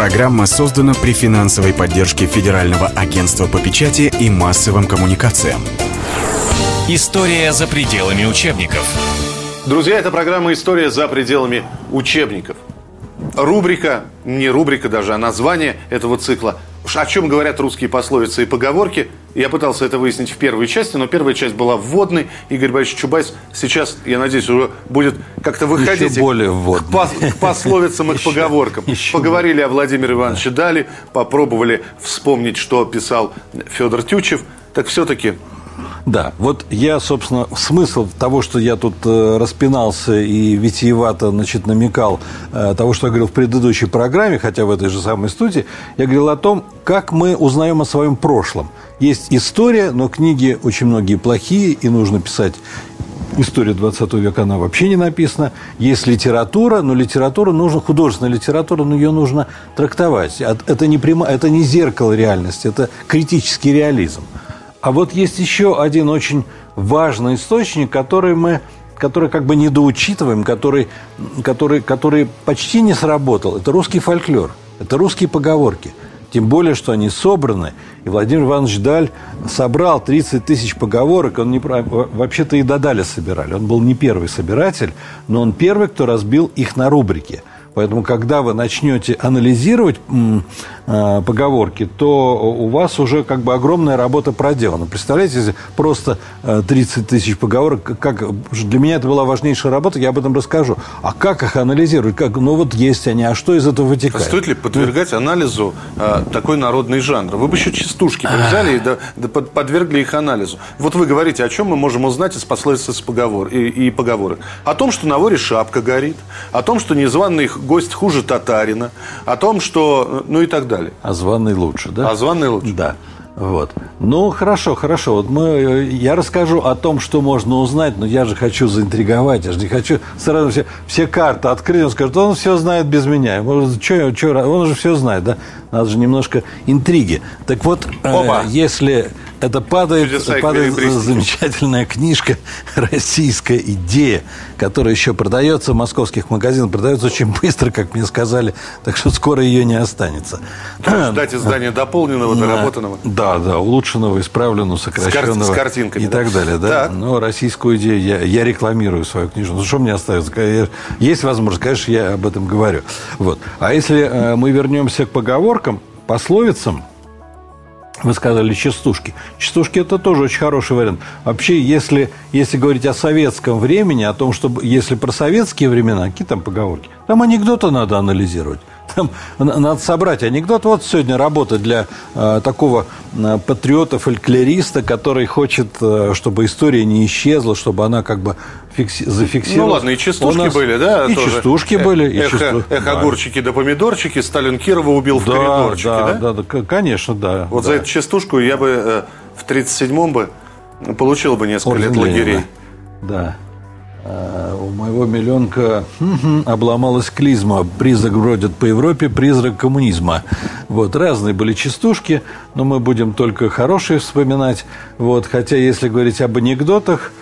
Программа создана при финансовой поддержке Федерального агентства по печати и массовым коммуникациям. История за пределами учебников. Друзья, это программа «История за пределами учебников». Рубрика, не рубрика даже, а название этого цикла. О чем говорят русские пословицы и поговорки. Я пытался это выяснить в первой части, но первая часть была вводной. Игорь Борисович Чубайс сейчас, я надеюсь, уже будет как-то выходить еще более вводной. к пословицам и к поговоркам. Поговорили о Владимире Ивановиче Дале, попробовали вспомнить, что писал Федор Тютчев. Так все-таки... Да, вот я, собственно, смысл того, что я тут распинался и витиевато, намекал того, что я говорил в предыдущей программе, хотя в этой же самой студии, я говорил о том, как мы узнаем о своем прошлом. Есть история, но книги очень многие плохие, и нужно писать историю 20 века, она вообще не написана. Есть литература, но литература нужна, художественная литература, но ее нужно трактовать. Это не зеркало реальности, это критический реализм. А вот есть еще один очень важный источник, который как бы недоучитываем, который почти не сработал. Это русский фольклор, это русские поговорки. Тем более, что они собраны. И Владимир Иванович Даль собрал 30 тысяч поговорок. Вообще-то и до Даля собирали. Он был не первый собиратель, но он первый, кто разбил их на рубрики. Поэтому, когда вы начнете анализировать поговорки, то у вас уже как бы огромная работа проделана. Представляете, если просто 30 тысяч поговорок, для меня это была важнейшая работа, я об этом расскажу. А как их анализировать? Ну вот есть они, а что из этого вытекает? А стоит ли подвергать анализу такой народный жанр? Вы бы еще частушки взяли и подвергли их анализу. Вот вы говорите, о чем мы можем узнать из пословиц и поговорок. О том, что на воре шапка горит, о том, что незваный гость хуже татарина, о том, что... ну и так далее. А званый лучше, да? А званый лучше. Да. Вот. Ну, хорошо. Вот я расскажу о том, что можно узнать, но я же хочу заинтриговать, я же не хочу сразу все карты открыть, он скажет, он все знает без меня. Он же все знает, да? Надо же немножко интриги. Так вот, если это падает замечательная книжка «Российская идея», которая еще продается в московских магазинах, продается очень быстро, как мне сказали, так что скоро ее не останется. Ждать издания дополненного, доработанного. Да, улучшенного, исправленного, сокращенного. С картинками. И так далее, да. Но «Российскую идею» я рекламирую свою книжку. Ну, что мне остается? Есть возможность, конечно, я об этом говорю. Вот. А если мы вернемся к поговоркам, пословицам, вы сказали частушки. Частушки – это тоже очень хороший вариант. Вообще, если говорить о советском времени, о том, что если про советские времена, какие там поговорки, там анекдоты надо анализировать. Там надо собрать анекдот. Вот сегодня работа для такого патриота-фольклориста, который хочет, чтобы история не исчезла, чтобы она как бы зафиксировалась. Ну ладно, и частушки были, да? И тоже. Частушки были. Огурчики да помидорчики. Сталин Кирова убил в коридорчике, да? Да, конечно, да. Вот за эту частушку я бы в 1937-м бы получил бы несколько лет лагерей. Да. У моего миллионка обломалась клизма. Призрак бродит по Европе, призрак коммунизма. Вот, разные были частушки, но мы будем только хорошие вспоминать. Вот, хотя, если говорить об анекдотах,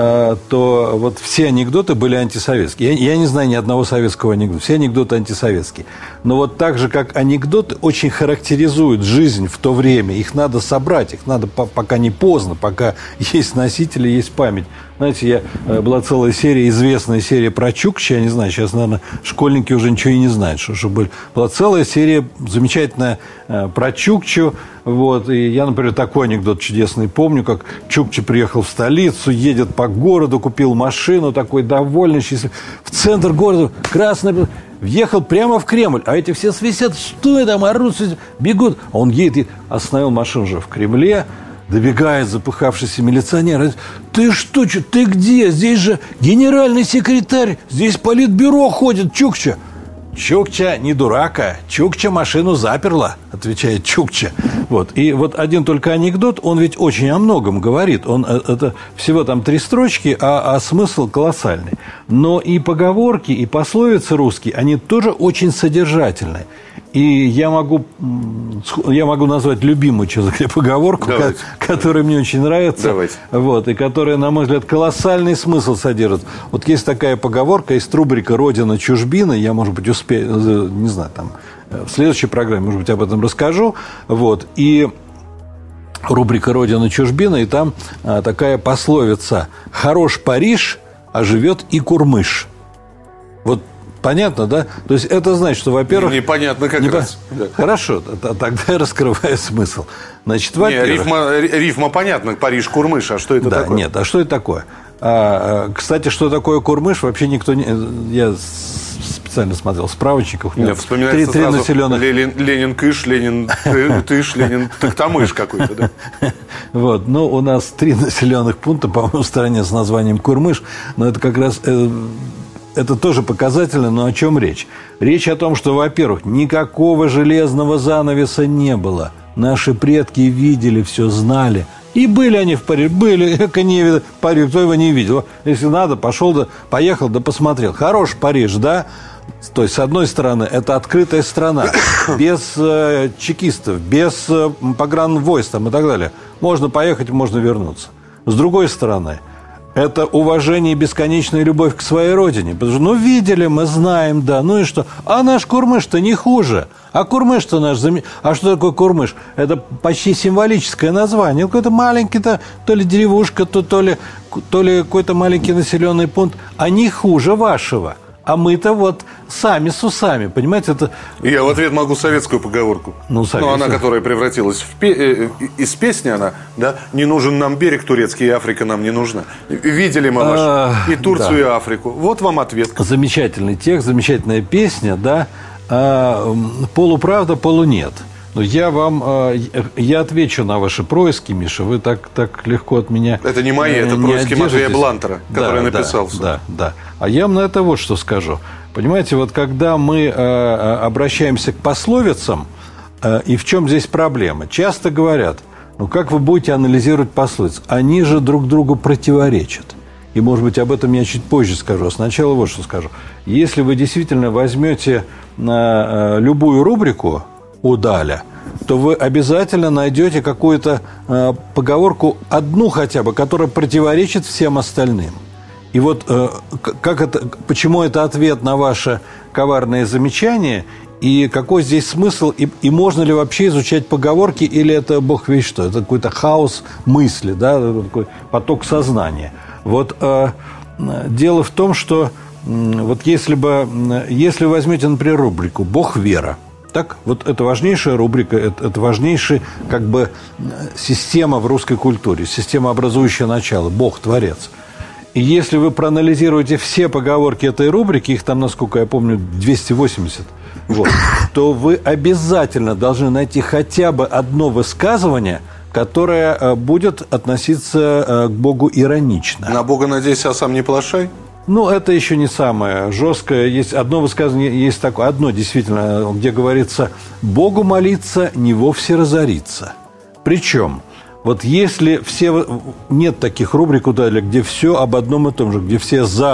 то вот все анекдоты были антисоветские. Я не знаю ни одного советского анекдота. Все анекдоты антисоветские. Но вот так же, как анекдоты очень характеризуют жизнь в то время, их надо собрать, их надо, пока не поздно, пока есть носители, есть память. Знаете, была целая серия, известная серия про Чукчу, я не знаю, сейчас, наверное, школьники уже ничего и не знают, что была целая серия замечательная про Чукчу, вот, и я, например, такой анекдот чудесный помню, как Чукча приехал в столицу, едет по городу, купил машину, такой довольный, счастливый, в центр города, красный, въехал прямо в Кремль, а эти все свистят, что там, орут, бегут, а он едет и остановил машину уже в Кремле. Добегает запыхавшийся милиционер. Ты что, ты где? Здесь же генеральный секретарь. Здесь политбюро ходит, Чукча. Чукча не дурака. Чукча машину заперла, отвечает Чукча. Вот. И вот один только анекдот, он ведь очень о многом говорит. Это всего там 3 строчки, а смысл колоссальный. Но и поговорки, и пословицы русские, они тоже очень содержательные. И я могу назвать любимую, честно говоря, поговорку, которая мне очень нравится. Давайте. Вот, и которая, на мой взгляд, колоссальный смысл содержит. Вот есть такая поговорка, есть рубрика «Родина, чужбина». Я, может быть, успею, не знаю, там, В следующей программе, может быть, об этом расскажу. Вот. И рубрика «Родина чужбина», и там такая пословица: «Хорош Париж, а живет и Курмыш». Вот понятно, да? То есть это значит, что, во-первых... Непонятно как раз. Да. Хорошо, тогда я раскрываю смысл. Значит, во-первых... Рифма понятна, Париж-Курмыш, а что это такое? Нет, а что это такое? Кстати, что такое Курмыш, вообще никто не... Я специально смотрел в справочниках. Вспоминается сразу населенных... Ленин-Кыш, Ленин-Тыш, Ленин-Токтамыш какой-то, да? Вот, ну, у нас 3 населенных пункта, по-моему, в стране с названием Курмыш, но это как раз... Это тоже показательно, но о чем речь? Речь о том, что, во-первых, никакого железного занавеса не было. Наши предки видели все, знали. И были они в Париже. Были, Париж, кто его не видел. Если надо, пошел, да, поехал, да посмотрел. Хорош Париж, да? То есть, с одной стороны, это открытая страна, без чекистов, без погранвойск там, и так далее. Можно поехать, можно вернуться. С другой стороны, это уважение и бесконечная любовь к своей родине. Потому что, видели мы, знаем, да, ну и что? А наш Курмыш-то не хуже. А Курмыш-то наш... А что такое Курмыш? Это почти символическое название. Какой-то маленький-то, то ли деревушка, то ли какой-то маленький населенный пункт. А не хуже вашего. А мы-то вот сами с усами, понимаете? Это... Я в ответ могу советскую поговорку. Она, которая превратилась из песни, она, да, не нужен нам берег турецкий, и Африка нам не нужна. Видели мы и Турцию, и Африку. Вот вам ответ. Замечательный текст, замечательная песня, да. Полуправда, полунет. Но я отвечу на ваши происки, Миша. Вы так легко от меня это не мои, это происки Матвея Блантера, который написал все. Да. А я вам на это вот что скажу. Понимаете, вот когда мы обращаемся к пословицам, и в чем здесь проблема? Часто говорят, как вы будете анализировать пословицы? Они же друг другу противоречат. И, может быть, об этом я чуть позже скажу. А сначала вот что скажу. Если вы действительно возьмете любую рубрику у Даля, то вы обязательно найдете какую-то поговорку, одну хотя бы, которая противоречит всем остальным. И вот почему это ответ на ваше коварное замечание, и какой здесь смысл, и можно ли вообще изучать поговорки, или это бог весть что, это какой-то хаос мысли, да, такой поток сознания. Вот дело в том, что вот если возьмете, например, рубрику «Бог вера», так, вот это важнейшая рубрика, это важнейшая как бы система в русской культуре, система, образующая начало, Бог, Творец. И если вы проанализируете все поговорки этой рубрики, их там, насколько я помню, 280, то вы обязательно должны найти хотя бы одно высказывание, которое будет относиться к Богу иронично. На Бога надейся, а сам не плашай? Это еще не самое жесткое. Есть одно высказывание, есть такое, одно действительно, где говорится: «Богу молиться, не вовсе разориться». Причем, вот если нет таких рубрик, где все об одном и том же, где все за,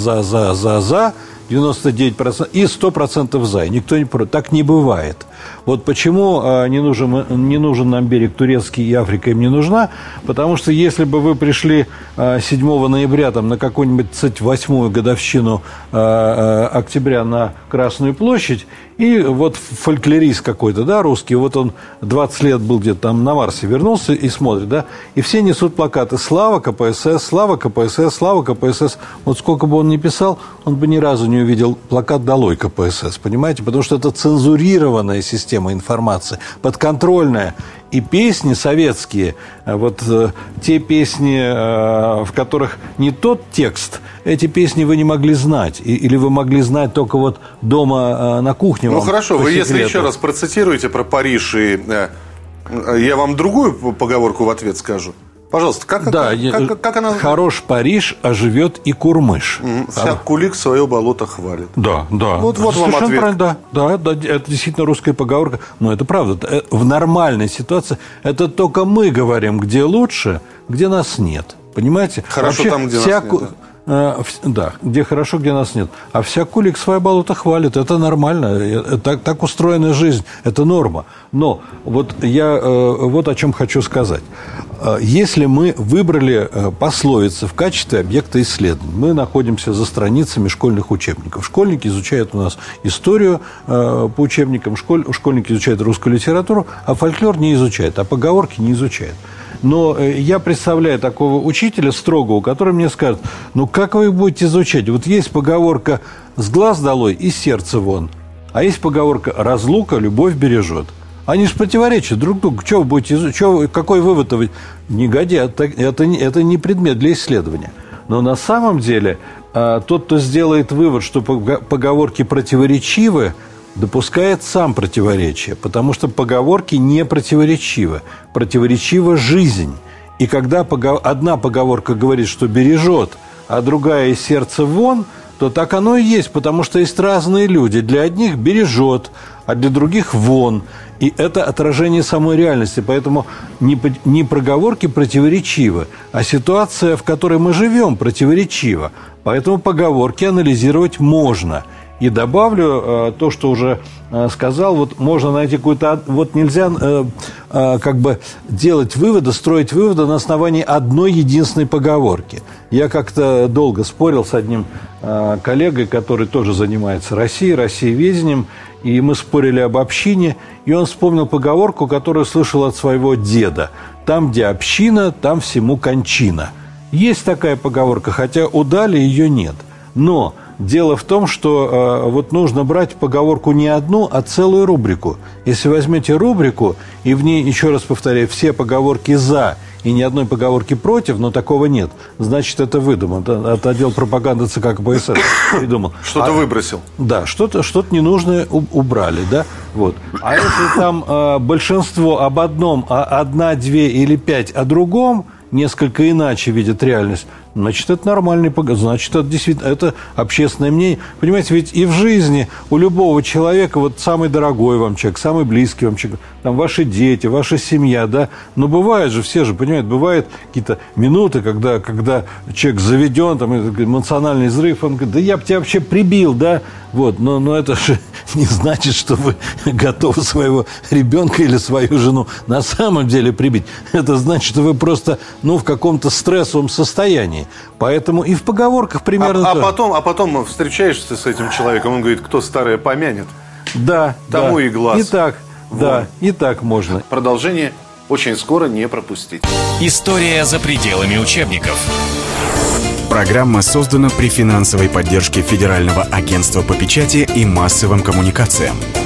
99% и 100% за, и никто не против. Так не бывает. Вот почему не нужен нам берег турецкий, и Африка им не нужна. Потому что если бы вы пришли 7 ноября на какую-нибудь 38-ю годовщину октября на Красную площадь, и вот фольклорист какой-то, да, русский, вот он 20 лет был где-то там на Марсе, вернулся и смотрит, да, и все несут плакаты: «Слава КПСС, слава КПСС, слава КПСС». Вот сколько бы он ни писал, он бы ни разу не увидел плакат «Долой КПСС», понимаете? Потому что это цензурированная система информации, подконтрольная. И песни советские, вот те песни, в которых не тот текст, эти песни вы не могли знать. Или вы могли знать только вот дома на кухне. Хорошо, вы если еще раз процитируете про Париж, и я вам другую поговорку в ответ скажу. Пожалуйста, как она... «Хорош Париж, а живет и Курмыш». «Всяк кулик свое болото хвалит». Да. Вот вам ответ. Да, это действительно русская поговорка. Но это правда. В нормальной ситуации это только мы говорим, где лучше, где нас нет. Понимаете? Хорошо. Вообще, там, где нас нет. Да, где хорошо, где нас нет. А вся кулик свое болото хвалит. Это нормально. Так устроена жизнь. Это норма. Но вот я вот о чем хочу сказать. Если мы выбрали пословицы в качестве объекта исследований, мы находимся за страницами школьных учебников. Школьники изучают у нас историю по учебникам, школьники изучают русскую литературу, а фольклор не изучают, а поговорки не изучают. Но я представляю такого учителя строгого, который мне скажет: ну как вы их будете изучать? Вот есть поговорка «с глаз долой и сердце вон», а есть поговорка «разлука любовь бережет». Они же противоречат друг другу. Что вы будете изучать? Какой вывод вы? Не годят. Это не предмет для исследования. Но на самом деле тот, кто сделает вывод, что поговорки противоречивы, допускает сам противоречие, потому что поговорки не противоречивы. Противоречива жизнь. И когда одна поговорка говорит, что бережет, а другая из сердца вон, то так оно и есть, потому что есть разные люди. Для одних бережет, а для других вон. И это отражение самой реальности. Поэтому не проговорки противоречивы, а ситуация, в которой мы живем, противоречива. Поэтому поговорки анализировать можно. И добавлю то, что уже сказал, вот можно найти какую-то... Вот нельзя как бы делать выводы, строить выводы на основании одной единственной поговорки. Я как-то долго спорил с одним коллегой, который тоже занимается россиеведением, и мы спорили об общине, и он вспомнил поговорку, которую слышал от своего деда: «Там, где община, там всему кончина». Есть такая поговорка, хотя у Дали ее нет. Но дело в том, что вот нужно брать поговорку не одну, а целую рубрику. Если возьмете рубрику, и в ней, еще раз повторяю, все поговорки «за» и ни одной поговорки «против», но такого нет, значит, это выдумано. Это отдел пропаганды ЦК КПСС придумал. Что-то выбросил. Да, что-то ненужное убрали, да? Вот. А если там большинство об одном, а одна, две или пять о другом несколько иначе видят реальность, значит, это нормальный поговор, значит, это действительно, это общественное мнение. Понимаете, ведь и в жизни у любого человека, вот самый дорогой вам человек, самый близкий вам человек, там ваши дети, ваша семья, да, но бывает же, все же понимают, бывают какие-то минуты, когда человек заведен, там, эмоциональный взрыв, он говорит: да я бы тебя вообще прибил, да, вот, но это же не значит, что вы готовы своего ребенка или свою жену на самом деле прибить. Это значит, что вы просто, в каком-то стрессовом состоянии. Поэтому и в поговорках примерно а потом встречаешься с этим человеком, он говорит: кто старое помянет, да, тому и глаз. И так, да, и так можно. Продолжение очень скоро, не пропустить. История за пределами учебников. Программа создана при финансовой поддержке Федерального агентства по печати и массовым коммуникациям.